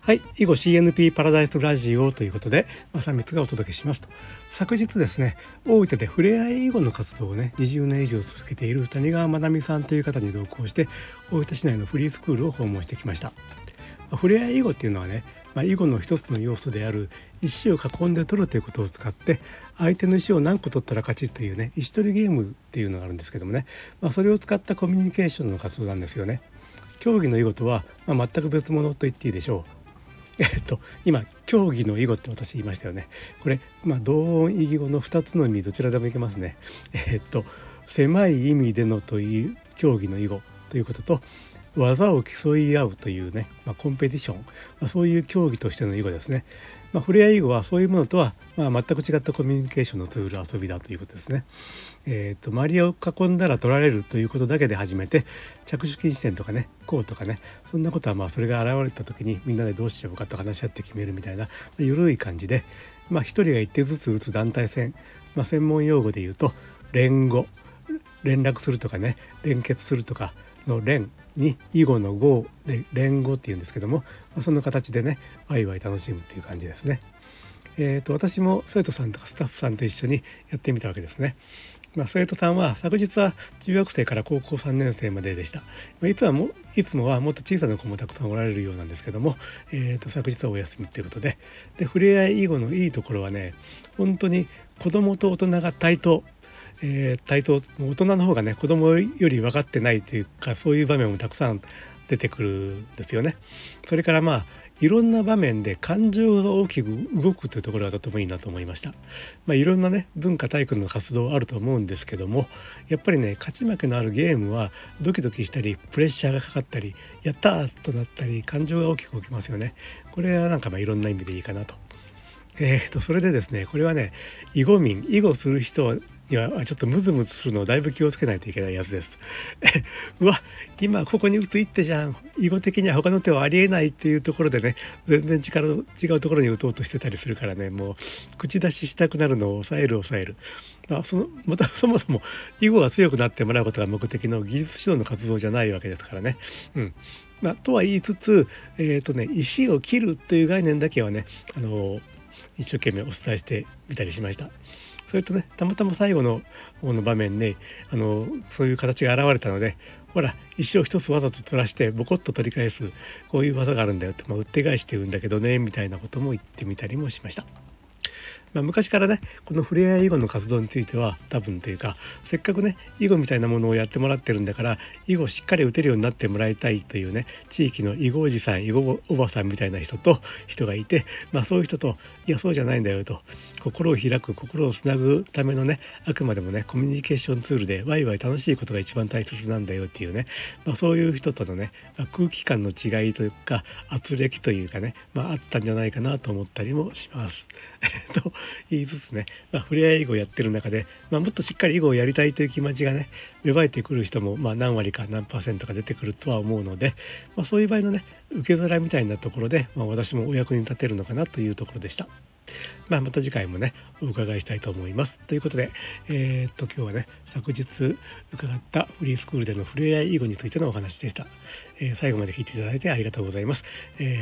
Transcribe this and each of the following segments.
はい、囲碁 CNP パラダイスラジオということで正光がお届けしますと。昨日ですね、大分でふれあい囲碁の活動をね20年以上続けている谷川まなみさんという方に同行して大分市内のフリースクールを訪問してきました。ふれあい囲碁っていうのはね、囲碁の一つの要素である石を囲んで取るということを使って相手の石を何個取ったら勝ちというね石取りゲームっていうのがあるんですけどもね、それを使ったコミュニケーションの活動なんですよね。競技の囲碁とは、全く別物と言っていいでしょう。今競技の囲碁って私言いましたよね。これ、同音異義語の2つの意味どちらでもいけますね。狭い意味でのという競技の囲碁ということと、技を競い合うというね、コンペティション、そういう競技としての囲碁ですね。ふれあい囲碁はそういうものとは、全く違ったコミュニケーションのツール遊びだということですね。周りを囲んだら取られるということだけで始めて、着手禁止点とかね、こうとかね、そんなことはそれが現れた時にみんなでどうしようかと話し合って決めるみたいな、緩い感じで、一人が一手ずつ打つ団体戦、専門用語で言うと連碁、連絡するとかね、連結するとかの連に囲碁の碁で連碁っていうんですけども、そんな形でねワイワイ楽しむっていう感じですね。私も生徒さんとかスタッフさんと一緒にやってみたわけですね。生徒さんは昨日は中学生から高校3年生まででした。いつもはもっと小さな子もたくさんおられるようなんですけども、昨日はお休みということで、ふれあい囲碁のいいところはね、本当に子どもと大人が対等、大人の方がね子供より分かってないというか、そういう場面もたくさん出てくるんですよね。それからいろんな場面で感情が大きく動くというところがとてもいいなと思いました。いろんなね文化体育の活動あると思うんですけども、やっぱりね勝ち負けのあるゲームはドキドキしたりプレッシャーがかかったりやったーとなったり感情が大きく動きますよね。これはいろんな意味でいいかなと。それでですね、これはね囲碁する人にはちょっとムズムズするのをだいぶ気をつけないといけないやつです。うわ、今ここに打つ一手じゃん、囲碁的には他の手はありえないっていうところでね、全然違うところに打とうとしてたりするからね、もう口出ししたくなるのを抑える。そもそも囲碁が強くなってもらうことが目的の技術指導の活動じゃないわけですからね。とは言いつつ、石を切るという概念だけはね、一生懸命お伝えしてみたりしました。それとね、たまたま最後の方の場面で、そういう形が現れたので、ほら石を一つわざと取らしてボコッと取り返す、こういう技があるんだよって、打って返して言うんだけどねみたいなことも言ってみたりもしました。昔からねこのふれあい囲碁の活動については多分というか、せっかくね囲碁みたいなものをやってもらってるんだから、囲碁しっかり打てるようになってもらいたいというね、地域の囲碁おじさん囲碁おばさんみたいな人がいて、そういう人と、いやそうじゃないんだよと、心を開く、心をつなぐためのね、あくまでもねコミュニケーションツールでワイワイ楽しいことが一番大切なんだよっていうね、そういう人とのね、空気感の違いというか圧力というかね、あったんじゃないかなと思ったりもします。と言いつつね、ふれあい囲碁をやってる中で、もっとしっかり囲碁をやりたいという気持ちがね芽生えてくる人も何割か何%か出てくるとは思うので、そういう場合のね受け皿みたいなところで、私もお役に立てるのかなというところでした。また次回もねお伺いしたいと思います。ということで、今日はね昨日伺ったフリースクールでのふれあい囲碁についてのお話でした。最後まで聞いていただいてありがとうございます。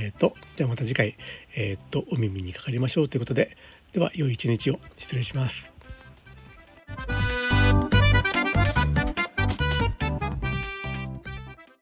じゃあまた次回お耳にかかりましょうということで、では良い一日を。失礼します。